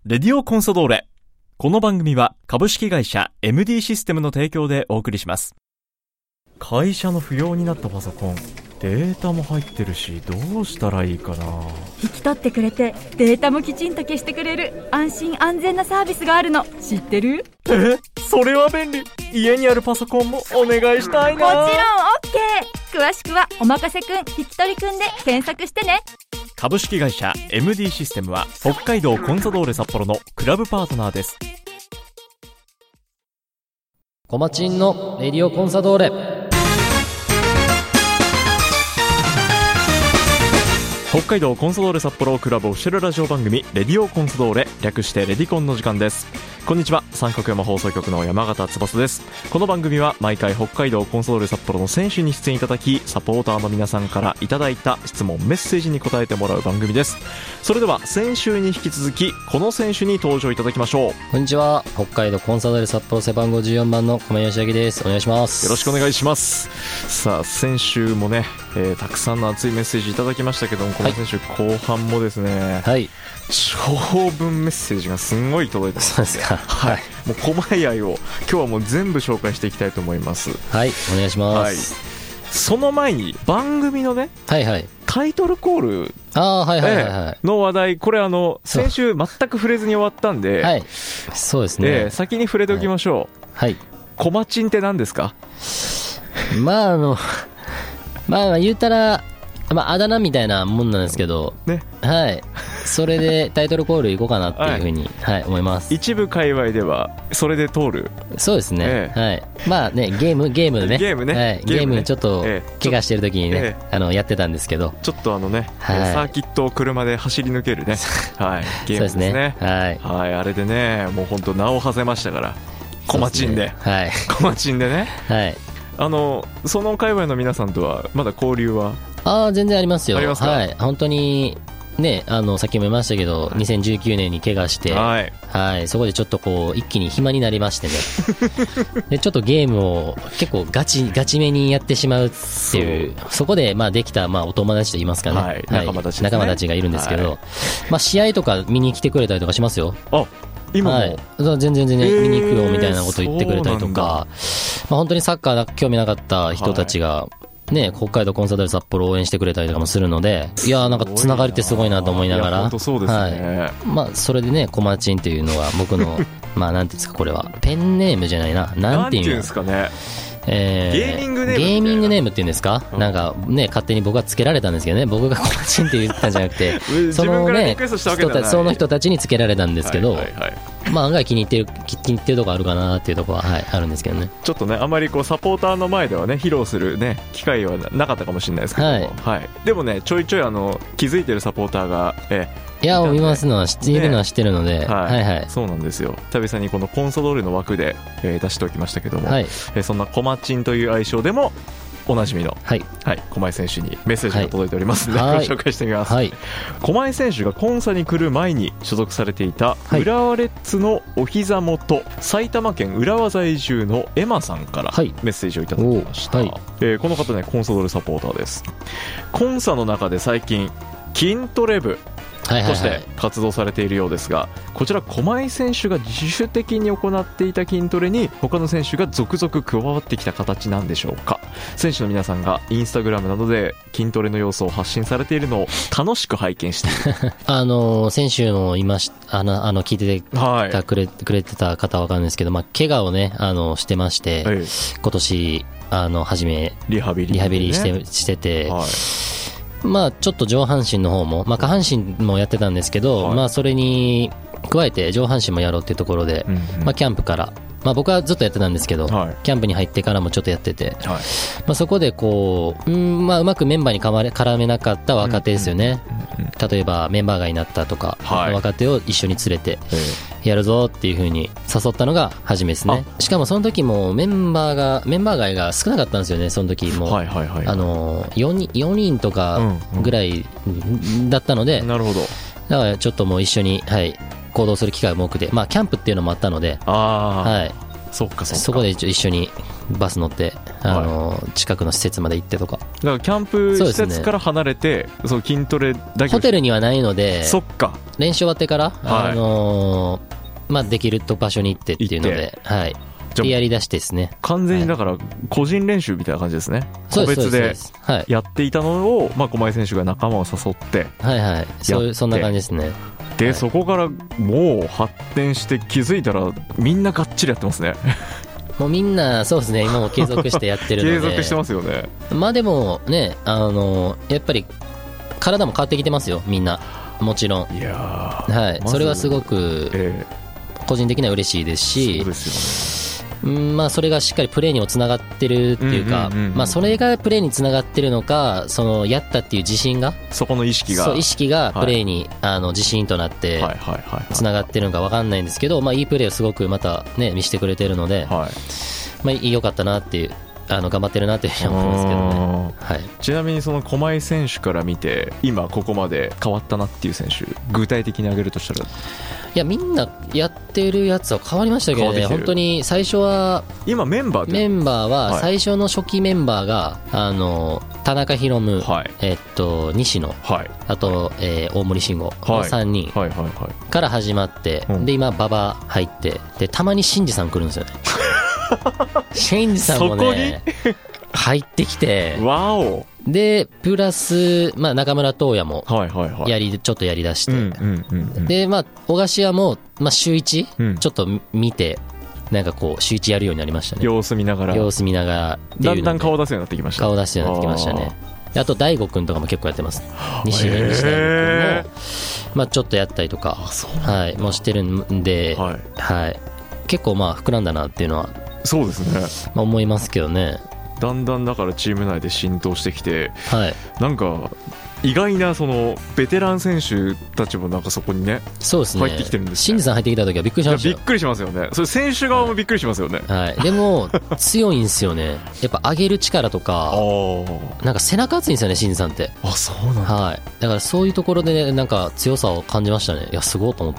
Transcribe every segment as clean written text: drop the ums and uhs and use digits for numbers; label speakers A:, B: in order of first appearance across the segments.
A: レディオコンソドーレ。この番組は株式会社 MD システムの提供でお送りします。会社の不要になったパソコン、データも入ってるし、どうしたらいいかな。
B: 引き取ってくれてデータもきちんと消してくれる安心安全なサービスがあるの知ってる？
A: それは便利。家にあるパソコンもお願いしたいな。
B: もちろん OK。 詳しくはおまかせくん引き取りくんで検索してね。
A: 株式会社 MD システムは北海道コンサドーレ札幌のクラブパートナーです。
C: コマチンのレディオコンサドーレ。
A: 北海道コンサドーレ札幌クラブオフィシャルラジオ番組レディオコンサドーレ、略してレディコンの時間です。こんにちは、三角山放送局の山形翼です。この番組は毎回北海道コンサドーレ札幌の選手に出演いただき、サポーターの皆さんからいただいた質問メッセージに答えてもらう番組です。それでは先週に引き続きこの選手に登場いただきましょう。
C: こんにちは、北海道コンサドーレ札幌背番号14番の小林明です。お願いします。
A: よろしくお願いします。さあ先週もね、たくさんの熱いメッセージいただきましたけども、この選手、後半もですね、
C: はい、
A: 長文メッセージがすんごい届いてます。
C: そうですか。
A: はい、もう細い愛を今日はもう全部紹介していきたいと思います。
C: はい、お願いします。
A: はい、その前に番組のね、
C: はいはい、
A: タイトルコールの話題、これ先週全く触れずに終わったんで、
C: はい、そうですね、
A: 先に触れておきましょう。はい、コマチンって何ですか？
C: まあ言うたら、あだ名みたいなもんなんですけど、ね、はい、それでタイトルコールいこうかなっていうふうに、はい、思います。一
A: 部界隈ではそれで通る。
C: そうですね、はい、まあね、ゲームでね、ゲームちょっと怪我してる時にね、やってたんですけど、
A: ちょっとはい、サーキットを車で走り抜けるね、はい、ゲームですね。はい、あれでね、もう本当名を馳せましたから、コマチンで、はい、コマチンでね、はい、その界隈の皆さんとはまだ交流は？
C: 全然ありますよ。
A: ありますか？
C: はい、本当にね、さっきも言いましたけど、2019年に怪我して、はいはい、そこでちょっとこう一気に暇になりましてねでちょっとゲームを結構ガチめにやってしまうっていう、そこでできたお友達といいますかね、はい、仲間たちですね、仲間たちがいるんですけど、はい、試合とか見に来てくれたりとかしますよ。
A: 今も、はい、
C: 全然見に行くよみたいなこと言ってくれたりとか、本当にサッカー興味なかった人たちが、ね、北海道コンサドーレ札幌を応援してくれたりとかもするので、いやなんかつながりってすごいなと思いながら、
A: 本当そうですね、
C: はい、それでね、コマチンっていうのは僕のなんていうんですか、これはペンネームじゃないな、なんていうんですかね、
A: ゲーミングネ
C: ームっていうんですか、なんかね、勝手に僕がつけられたんですけどね、僕がコマチンって言ったんじゃなくてその人たちにつけられたんですけど、はいはいはい、案外気に入ってるとこあるかなっていうところは、はい、あるんですけどね。
A: ちょっとね、あまりサポーターの前ではね、披露するね機会はなかったかもしれないですけども、はいはい、でもね、ちょいちょい気づいてるサポーターが
C: いや見ますのは知ってるので、
A: はいはいはい、そうなんですよ。久々にこのコンサドーレの枠で、出しておきましたけども、はい、そんなコマチンという愛称でもおなじみの、はいはい、狛江選手にメッセージが届いておりますので、はい、ご紹介してみます。はい、狛江選手がコンサに来る前に所属されていた浦和レッズのお膝元、埼玉県浦和在住のエマさんからメッセージをいただきました。はい、この方ね、コンサドーレサポーターです。コンサの中で最近筋トレ部として活動されているようですが、こちら狛江選手が自主的に行っていた筋トレに他の選手が続々加わってきた形なんでしょうか。選手の皆さんがインスタグラムなどで筋トレの様子を発信されているのを楽しく拝見している
C: 選手もいまし聞いてくれてた方は分かるんですけど、怪我をねしてまして、はい、今年初めリハビリしてて、はい、ちょっと上半身の方も、下半身もやってたんですけど、はい、それに加えて上半身もやろうっていうところで、キャンプから、僕はずっとやってたんですけど、はい、キャンプに入ってからもちょっとやってて、はい、そこでこう、うまくメンバーに絡めなかった若手ですよね、例えばメンバー外になったとか、はい、若手を一緒に連れてやるぞっていう風に誘ったのが初めですね。しかもその時もメンバー外が少なかったんですよね。その時も、はいはいはい、4人とかぐらいだったので、なるほど。だからちょっともう一緒に、はい、行動する機会も多くて、キャンプっていうのもあったので、はい、そこで一緒にバス乗って近くの施設まで行ってとか。
A: だからキャンプ施設から離れてそう筋トレだけ
C: ホテルにはないので、
A: そっか、
C: 練習終わってから、できると場所に行ってっていうので、はい、でやりだしてですね。
A: 完全にだから個人練習みたいな感じですね。個別でやっていたのを駒井選手が仲間を誘って、
C: はいはい、そんな感じですね。
A: で、
C: はい、
A: そこからもう発展して気づいたらみんながっちりやってますね。
C: もうみんなそうですね、今も継続してやってるので
A: 継続してますよね。
C: まあでもね、やっぱり体も変わってきてますよ、みんな。もちろん。
A: いや、
C: はい、それはすごく個人的には嬉しいですし、
A: そうですよね。
C: まあ、それがしっかりプレーにもつながってるっていうか、まあ、それがプレーにつながってるのか、そのやったっていう自信が、
A: そこの意識が
C: プレーに自信となってつながってるのか分かんないんですけど、まあ、いいプレーをすごくまたね見せてくれてるので、まあ、良かったなっていう、頑張ってるなというふうに思いますけどね。はい、
A: ちなみにその駒井選手から見て今ここまで変わったなっていう選手、具体的に挙げるとしたら。
C: いや、みんなやってるやつは変わりましたけどね。本当に最初は
A: 今メンバー
C: は最初の初期メンバーが田中宏夢、西野、あと大森慎吾の3人から始まって、で今馬場入って、でたまに新次さん来るんですよね。新次さんもね入ってきて、
A: わお。
C: でプラス、まあ、中村斗也もちょっとやりだして、で、まあ、小柏も、まあ、週1、ちょっと見て、なんかこう週1やるようになりましたね。
A: 様子見ながらだんだん顔出すようになってきました。
C: 顔出すようになってきましたね。あと大悟くんとかも結構やってます。西大悟くんも、まあ、ちょっとやったりとか、はい、もうしてるんで、はい、結構まあ膨らんだなっていうのは
A: そうですね、
C: まあ、思いますけどね。だ
A: んだんだからチーム内で浸透してきて、なんか意外なそのベテラン選手たちもなんかそこにね、
C: そうですね、
A: 入ってきてるんですね。
C: 新次さん入ってきた時はびっくりしましたよ。
A: びっくりしますよね。それ選手側もびっくりしますよね。
C: はい、でも強いんですよね。やっぱ上げる力とかなんか背中熱いんですよね、新次さんって。
A: あ、そうなんだ。
C: はい、だからそういうところで、ね、なんか強さを感じましたね。いや、すごいと思って。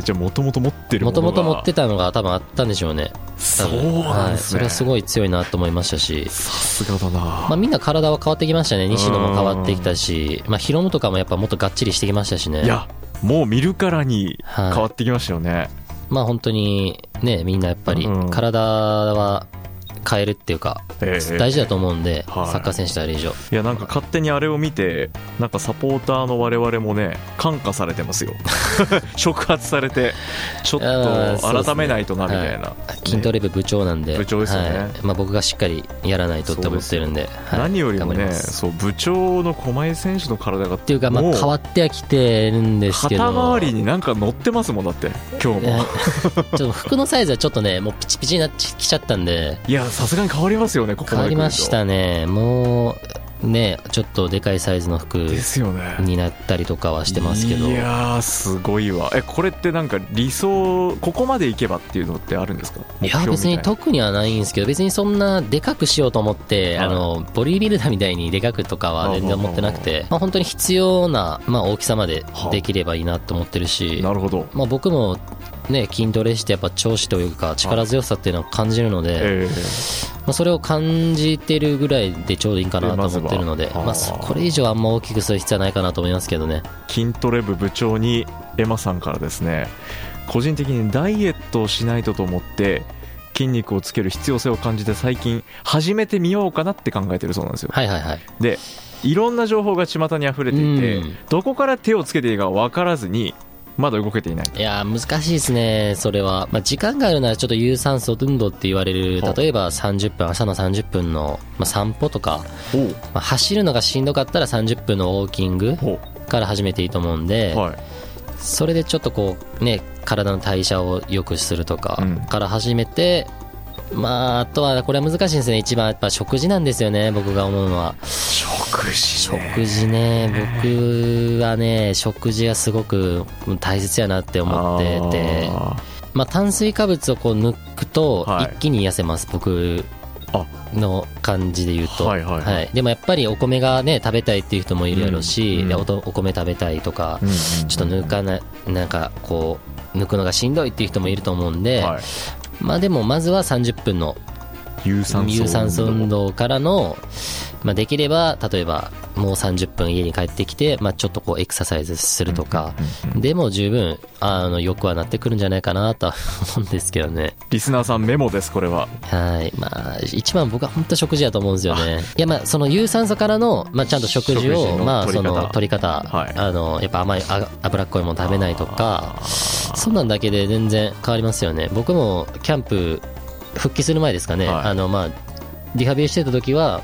A: じゃあもともと持ってるものが
C: もともと持ってたのが多分あったんでしょうね。
A: そうなんですね。
C: それはすごい強いなと思いましたし、
A: さすがだな。
C: まあ、みんな体は変わってきましたね。西野も変わってきたし、まあ、ヒロムとかもやっぱもっとがっちりしてきましたしね。
A: いや、もう見るからに変わってきましたよね。
C: まあ本当にね、みんなやっぱり体は変えるっていうか、大事だと思うんで、サッカー選手である以上。
A: いや、なんか勝手にあれを見て、なんかサポーターの我々もね、感化されてますよ。触発されて、ちょっと改めないとなみたいな。
C: 筋トレ部部長なんで、
A: 部長ですよね。
C: まあ、僕がしっかりやらないとって思ってるんで、
A: 何よりもね、そう部長の駒井選手の体が
C: っていうか、まあ変わってはきてるんですけど、
A: 肩周りになんか乗ってますもん。だって今日も
C: ちょっと服のサイズはちょっとね、もうピチピチになってきちゃったんで。
A: いや、さすがに変わりますよね。ここまで来ると
C: 変わりましたね。もうね、ちょっとでかいサイズの服になったりとかはしてますけど。
A: いやー、すごいわ。これってなんか理想、ここまでいけばっていうのってあるんですか？
C: いや、別に特にはないんですけど、別にそんなでかくしようと思って、ボディービルダーみたいにでかくとかは全然思ってなくて、まあ、本当に必要な、まあ、大きさまでできればいいなと思ってるし。
A: なるほど。
C: まあ、僕もね、筋トレしてやっぱ調子というか力強さっていうのを感じるので、まあ、それを感じてるぐらいでちょうどいいかなと思ってるので、まあ、これ以上あんま大きくする必要はないかなと思いますけどね。
A: 筋トレ部部長にエマさんからですね、個人的にダイエットをしないとと思って筋肉をつける必要性を感じて、最近始めてみようかなって考えてるそうなんですよ。
C: はいはいはい。
A: で、いろんな情報が巷に溢れていて、どこから手をつけていいか分からずにまだ動けていない。
C: いや、難しいですね、それは。まあ、時間があるならちょっと有酸素運動って言われる、例えば30分、朝の30分の、まあ、散歩とか、まあ、走るのがしんどかったら30分のウォーキングから始めていいと思うんで、それでちょっとこうね、体の代謝を良くするとかから始めて、まあ、あとはこれは難しいんですね。一番やっぱ食事なんですよね、僕が思うのは。食事ね、僕はね、食事がすごく大切やなって思ってて、まあ、炭水化物をこう抜くと一気に痩せます、僕の感じで言うと。でもやっぱりお米がね、食べたいっていう人もいるやろうし、お米食べたいとか、ちょっとなんかこう抜くのがしんどいっていう人もいると思うんで、まあでもまずは30分の
A: 有酸
C: 素運動からの、できれば例えばもう30分家に帰ってきて、ちょっとこうエクササイズするとか、でも十分よくはなってくるんじゃないかなとは思うんですけどね。
A: リスナーさんメモです、これは。
C: はい、一番僕は本当食事だと思うんですよね。いや、その有酸素からの、ちゃんと食事をその取り方、やっぱ甘い脂っこいもの食べないとか、そんなんだけで全然変わりますよね。僕もキャンプ復帰する前ですかね、リハビリしてた時は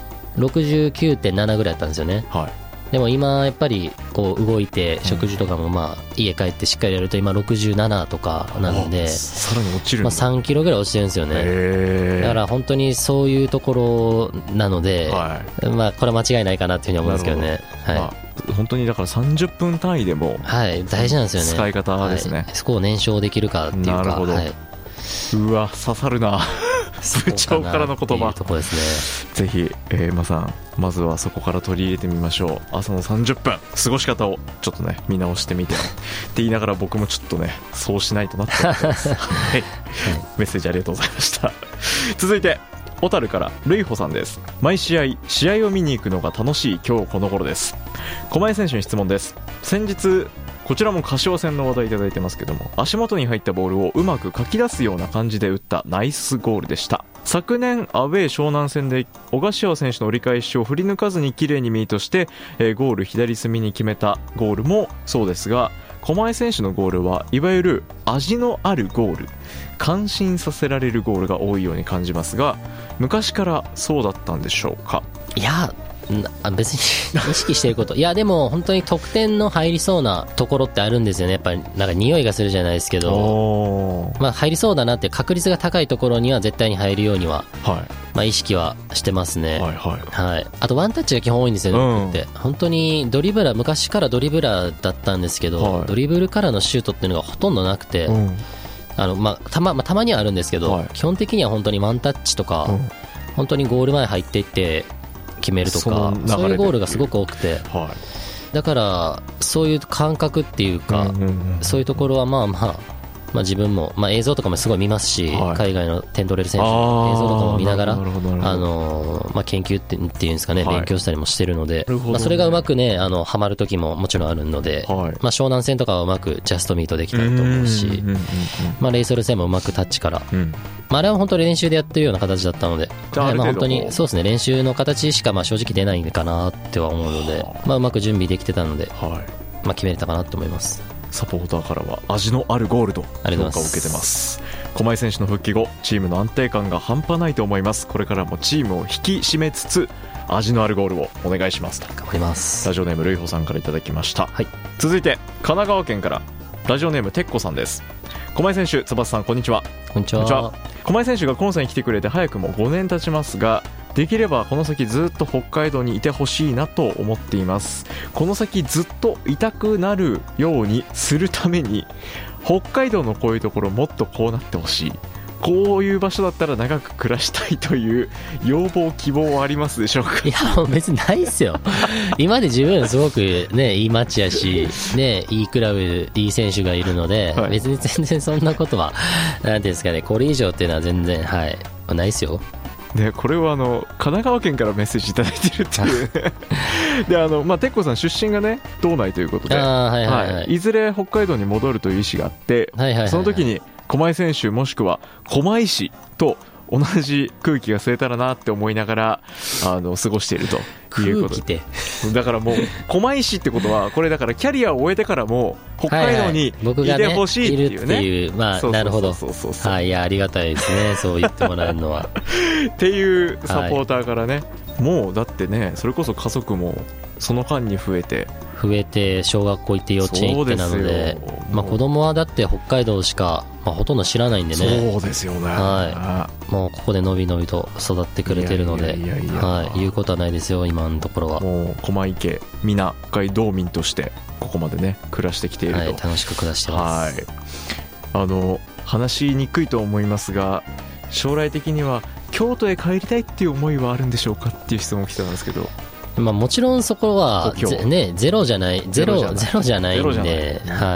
C: 69.7 ぐらいだったんですよね。でも今やっぱりこう動いて食事とかも家帰ってしっかりやると今67とかなんで、
A: さらに落ちるんだ。
C: 3キロぐらい落ちてるんですよね。だから本当にそういうところなので、これは間違いないかなというふうに思うんですけどね。
A: 本当にだから30分単位でも
C: 大事なんですよね。
A: 使い方ですね。
C: そこを燃焼できるかっていうか。
A: なるほど。うわ刺さるな部長からの言葉。ぜひ、まさんまずはそこから取り入れてみましょう。朝の30分過ごし方をちょっとね見直してみてって言いながら僕もちょっとねそうしないとなって思ってます、メッセージありがとうございました続いて小樽からルイホさんです。毎試合を見に行くのが楽しい今日この頃です。狛江選手に質問です。先日こちらも柏戦の話題いただいてますけども、足元に入ったボールをうまくかき出すような感じで打ったナイスゴールでした。昨年アウェー湘南戦で小柏選手の折り返しを振り抜かずに綺麗にミートして、ゴール左隅に決めたゴールもそうですが、狛江選手のゴールはいわゆる味のあるゴール、感心させられるゴールが多いように感じますが、昔からそうだったんでしょうか。
C: いや別に意識していることいやでも本当に得点の入りそうなところってあるんですよね。やっぱりなんか匂いがするじゃないですけど、入りそうだなって確率が高いところには絶対に入るようには、意識はしてますね。あとワンタッチが基本多いんですよね、僕って。本当にドリブラー、昔からドリブラーだったんですけど、ドリブルからのシュートっていうのがほとんどなくて、たまにはあるんですけど、基本的には本当にワンタッチとか、本当にゴール前入っていって決めるとか、そういうゴールがすごく多くて、だからそういう感覚っていうか、そういうところは自分も、映像とかもすごい見ますし、海外の点取れる選手の映像とかも見ながら研究っていうんですかね、勉強したりもしてるので、それがうまくねハマる時ももちろんあるので、湘南戦とかはうまくジャストミートできたりと思うし、レイソル戦もうまくタッチから、あれは本当に練習でやってるような形だったので、本当にそうですね、練習の形しか正直出ないかなっては思うので、うまく準備できてたので、決めれたかなと思います。
A: サポーターからは味のあるゴールと評価を受けてます。狛江選手の復帰後、チームの安定感が半端ないと思います。これからもチームを引き締めつつ味のあるゴールをお願いします。
C: 頑張ります。
A: ラジオネームルイホさんからいただきました、続いて神奈川県からラジオネームてっこさんです。狛江選手、翼さん、こんにちは。
C: こんにちは。
A: 狛江選手が今世に来てくれて早くも5年経ちますが、できればこの先ずっと北海道にいてほしいなと思っています。この先ずっといたくなるようにするために、北海道のこういうところもっとこうなってほしい、こういう場所だったら長く暮らしたいという要望希望はありますでしょうか。
C: いや別にないですよ今まで自分すごくねいい街やし、ね、いいクラブいい選手がいるので、別に全然そんなことはなんていうんですかね、これ以上っていうのは全然ないですよ。
A: でこれは神奈川県からメッセージいただいてるっていうでてっこさん出身がね道内ということで、いずれ北海道に戻るという意思があって、その時に狛江選手もしくは狛江市と同じ空気が吸えたらなって思いながら過ごしているということで、だからもう狛江市ってことはこれだからキャリアを終えてからも北海道にいてほしいっていうね、
C: いるっていう、なるほど、いやありがたいですねそう言ってもらえるのは
A: っていうサポーターからね、もうだってねそれこそ家族もその間に増えて
C: 小学校行って幼稚園行ってなので、子供はだって北海道しか、ほとんど知らないんでね。
A: そうですよね、
C: もうここでのびのびと育ってくれてるので、言うことはないですよ今のところは。
A: もう狛江家皆北海道民としてここまでね暮らしてきていると、
C: 楽しく暮らしてます。
A: 話しにくいと思いますが、将来的には京都へ帰りたいっていう思いはあるんでしょうかっていう質問が来てたんですけど、
C: もちろんそこはゼロじゃないんで、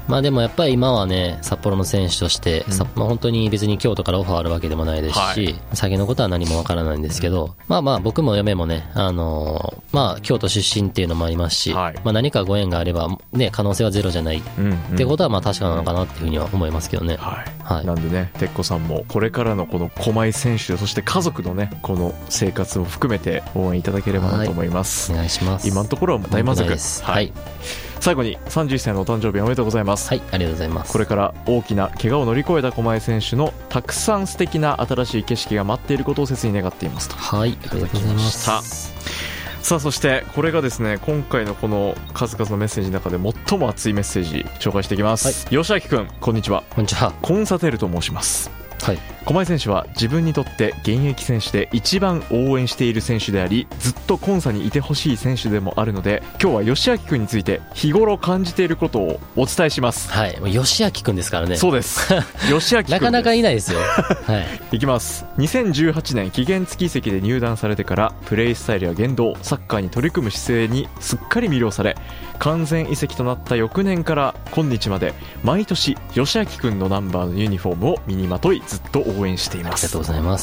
C: まあでもやっぱり今はね札幌の選手として、まあ、本当に別に京都からオファーあるわけでもないですし、先のことは何もわからないんですけど、まあ僕も嫁もね、まあ京都出身っていうのもありますし、まあ何かご縁があればね可能性はゼロじゃないってことはまあ確かなのかなっていうふうには思いますけどね。
A: なんでね鉄子さんもこれからのこの駒井選手、そして家族のねこの生活を含めて応援いただければなと思います。
C: お願いします。
A: 今のところは大満足
C: です。はい。
A: 最後に31歳のお誕生日おめでとうございます。
C: はい、ありがとうございます。
A: これから大きな怪我を乗り越えた駒井選手のたくさん素敵な新しい景色が待っていることを切に願っていますと。
C: はい、ありがとうございました。
A: さあそしてこれがですね今回のこの数々のメッセージの中で最も熱いメッセージ紹介していきます。吉明くんこんにちは。
C: こんにちは。
A: コンサテルと申します。
C: はい、
A: 駒井選手は自分にとって現役選手で一番応援している選手であり、ずっとコンサにいてほしい選手でもあるので、今日は吉明君について日頃感じていることをお伝えします。
C: はい、吉明君ですからね。
A: そうです吉明君
C: なかなかいないですよはい、
A: いきます。2018年期限付き移籍で入団されてからプレースタイルや言動、サッカーに取り組む姿勢にすっかり魅了され、完全移籍となった翌年から今日まで毎年吉明君のナンバーのユニフォームを身にまといずっと応援しています。
C: ありがとうございます。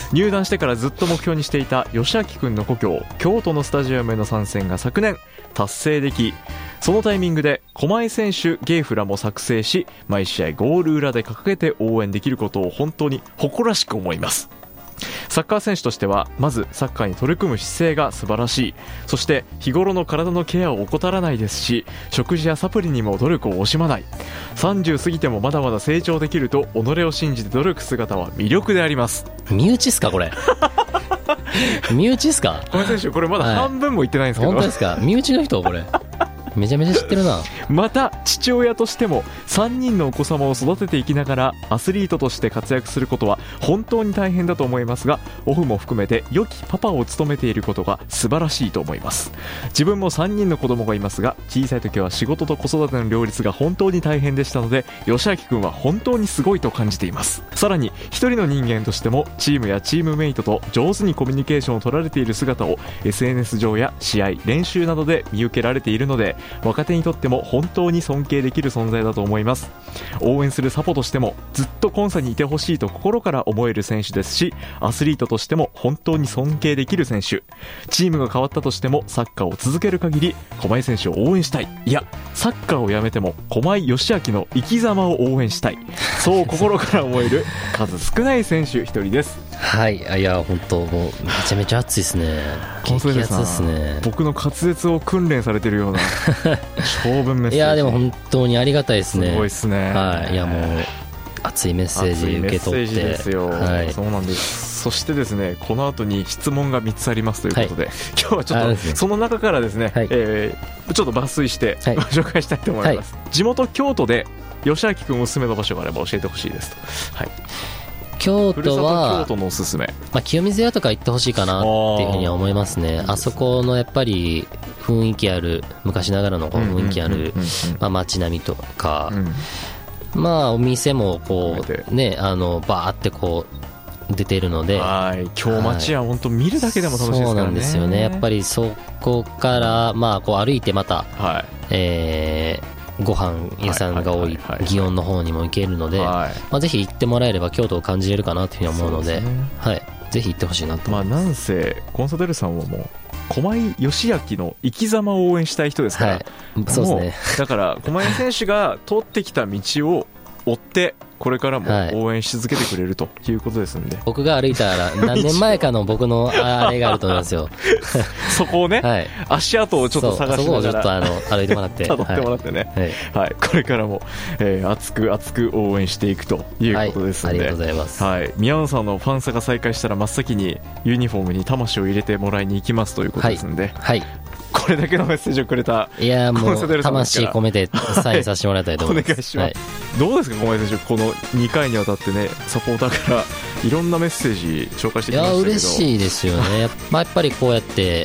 A: 入団してからずっと目標にしていた吉明君の故郷京都のスタジアムへの参戦が昨年達成でき、そのタイミングで駒井選手ゲーフラも作成し、毎試合ゴール裏で掲げて応援できることを本当に誇らしく思います。サッカー選手としてはまずサッカーに取り組む姿勢が素晴らしい。そして日頃の体のケアを怠らないですし、食事やサプリにも努力を惜しまない。30過ぎてもまだまだ成長できると己を信じて努力姿は魅力であります。
C: 身内っすかこれ身内っすか。
A: この選手これまだ半分も言ってないんですけど、
C: 本当ですか。身内の人これめちゃめちゃ知ってるな。
A: また父親としても3人のお子様を育てていきながらアスリートとして活躍することは本当に大変だと思いますが、オフも含めて良きパパを務めていることが素晴らしいと思います。自分も3人の子供がいますが、小さい時は仕事と子育ての両立が本当に大変でしたので、吉明君は本当にすごいと感じています。さらに一人の人間としてもチームやチームメイトと上手にコミュニケーションを取られている姿を SNS 上や試合練習などで見受けられているので、若手にとっても本当に尊敬できる存在だと思います。応援するサポとしてもずっとコンサにいてほしいと心から思える選手ですし、アスリートとしても本当に尊敬できる選手。チームが変わったとしてもサッカーを続ける限り駒井選手を応援したい。いやサッカーをやめても駒井義明の生き様を応援したい。そう心から思える数少ない選手一人です。
C: はい、いや本当もうめちゃめちゃ熱いですね。激アツですね。
A: 僕の滑舌を訓練されてるような長文メッセージ。
C: いやでも本当にありがたいですね。
A: すごいですね。
C: はい、いやもう熱いメッセージ受け取って。
A: ですよ、はい、そうなんです。そしてですねこの後に質問が3つありますということで、はい、今日はちょっとその中からですね、はい、ちょっと抜粋してご紹介したいと思います、はい、地元京都で吉明君おすすめの場所があれば教えてほしいですと。はい、
C: 京都は
A: 京都のおすすめ、
C: 清水屋とか行ってほしいかなっていうふうには思いますね。あそこのやっぱり雰囲気ある昔ながらの雰囲気ある街並みとか、お店もこうねバーってこう出ているので、
A: 今日街は本当見るだけでも楽しいですからね。そうなんですよね。
C: やっぱりそこからこう歩いてまた、ご飯屋さんが多い祇園の方にも行けるので、ぜひ行ってもらえれば京都を感じれるかなというふうに思うので、ぜひ行ってほしいなと。
A: なんせコンサデルさんはもう駒井義明の生き様を応援したい人ですから、
C: そうですね。
A: だから駒井選手が通ってきた道を追ってこれからも応援し続けてくれるということですんで、
C: 僕が歩いたら何年前かの僕のあれがあると思いますよ
A: そこをね、足跡をちょっと探しながら
C: そこをちょっと歩いてもらって
A: 辿ってもらってね、これからも、熱く応援していくということですので、
C: ありがとうございます。
A: 宮野さんのファン差が再開したら真っ先にユニフォームに魂を入れてもらいに行きますということですので、これだけのメッセージをくれた
C: いやもう魂込めてサインさせてもらいたいと思います。
A: お願いします、どうですか駒井選手、この2回にわたってねサポーターからいろんなメッセージ紹介してきましたけど。
C: いや嬉しいですよねやっぱりこうやって、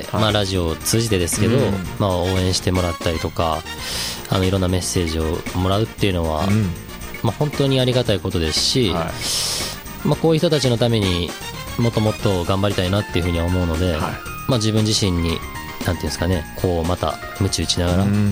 C: ラジオを通じてですけど、応援してもらったりとかいろんなメッセージをもらうっていうのは、本当にありがたいことですし、こういう人たちのためにもっともっと頑張りたいなっていうふうには思うので、自分自身になんていうんですかね、こうまた鞭打ちながら、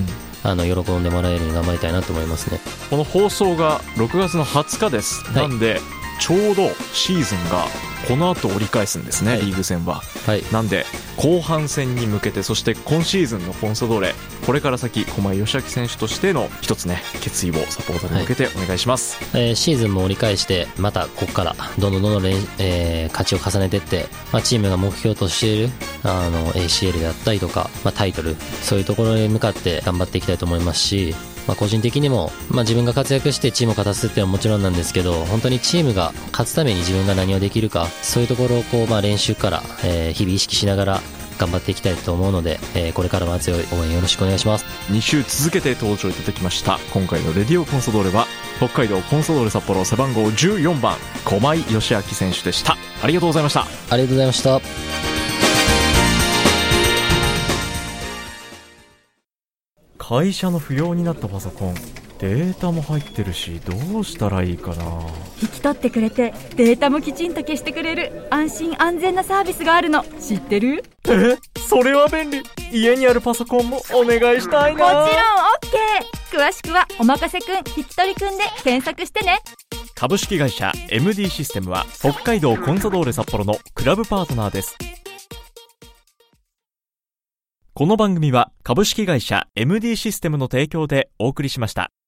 C: 喜んでもらえるように頑張りたいなと思いますね。
A: この放送が6月の20日です、なんでちょうどシーズンがこの後折り返すんですね、リーグ戦は、なんで後半戦に向けて、そして今シーズンのコンサドーレ、これから先駒井義明選手としての一つね決意をサポーターに向けてお願いします。
C: シーズンも折り返してまたここからどんどん勝ちを重ねていって、チームが目標としているACL であったりとか、タイトル、そういうところに向かって頑張っていきたいと思いますし、個人的にも、自分が活躍してチームを勝たすっていうのはもちろんなんですけど、本当にチームが勝つために自分が何をできるか、そういうところを練習から、日々意識しながら頑張っていきたいと思うので、これからも熱い応援よろしくお願いします。
A: 2週続けて登場いただきました今回のレディオコンソドーレは、北海道コンソドーレ札幌背番号14番駒井義明選手でした。ありがとうございました。
C: ありがとうございました。
A: 会社の不要になったパソコン、データも入ってるし、どうしたらいいかな。
B: 引き取ってくれてデータもきちんと消してくれる安心安全なサービスがあるの知ってる？
A: それは便利。家にあるパソコンもお願いしたいな。
B: もちろん OK。 詳しくはおまかせくん引き取りくんで検索してね。
A: 株式会社 MD システムは北海道コンサドーレ札幌のクラブパートナーです。この番組は株式会社 MD システムの提供でお送りしました。